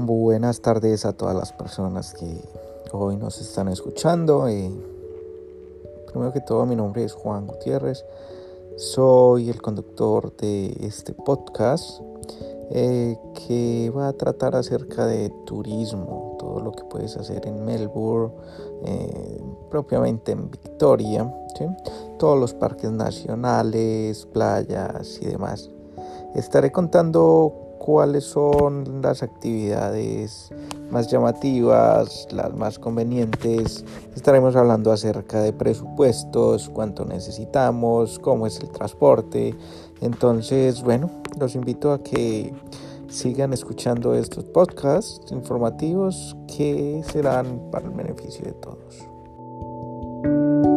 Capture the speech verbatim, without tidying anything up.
Buenas tardes a todas las personas que hoy nos están escuchando. Eh, primero que todo, mi nombre es Juan Gutiérrez. Soy el conductor de este podcast eh, que va a tratar acerca de turismo, todo lo que puedes hacer en Melbourne, eh, propiamente en Victoria, ¿sí? Todos los parques nacionales, playas y demás. Estaré contando cuáles son las actividades más llamativas, las más convenientes. Estaremos hablando acerca de presupuestos, cuánto necesitamos, cómo es el transporte. Entonces, bueno, los invito a que sigan escuchando estos podcasts informativos que serán para el beneficio de todos.